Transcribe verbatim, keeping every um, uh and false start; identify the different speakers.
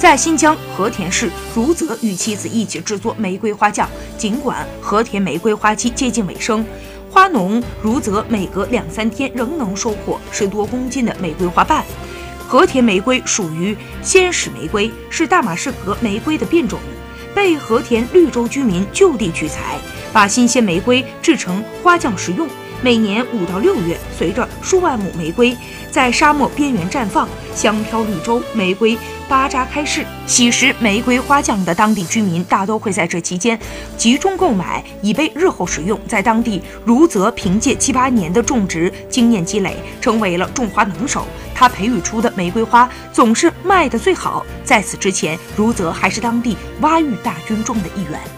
Speaker 1: 在新疆和田市，如泽与妻子一起制作玫瑰花酱。尽管和田玫瑰花期接近尾声，花农如泽每隔两三天仍能收获十多公斤的玫瑰花瓣。和田玫瑰属于仙使玫瑰，是大马士革玫瑰的变种，被和田绿洲居民就地取材，把新鲜玫瑰制成花酱食用。每年五到六月，随着数万亩玫瑰在沙漠边缘绽放，香飘绿洲，玫瑰巴扎开市。喜食玫瑰花酱的当地居民大都会在这期间集中购买，以备日后使用。在当地，如泽凭借七八年的种植经验积累，成为了种花能手。他培育出的玫瑰花总是卖得最好。在此之前，如泽还是当地挖玉大军中的一员。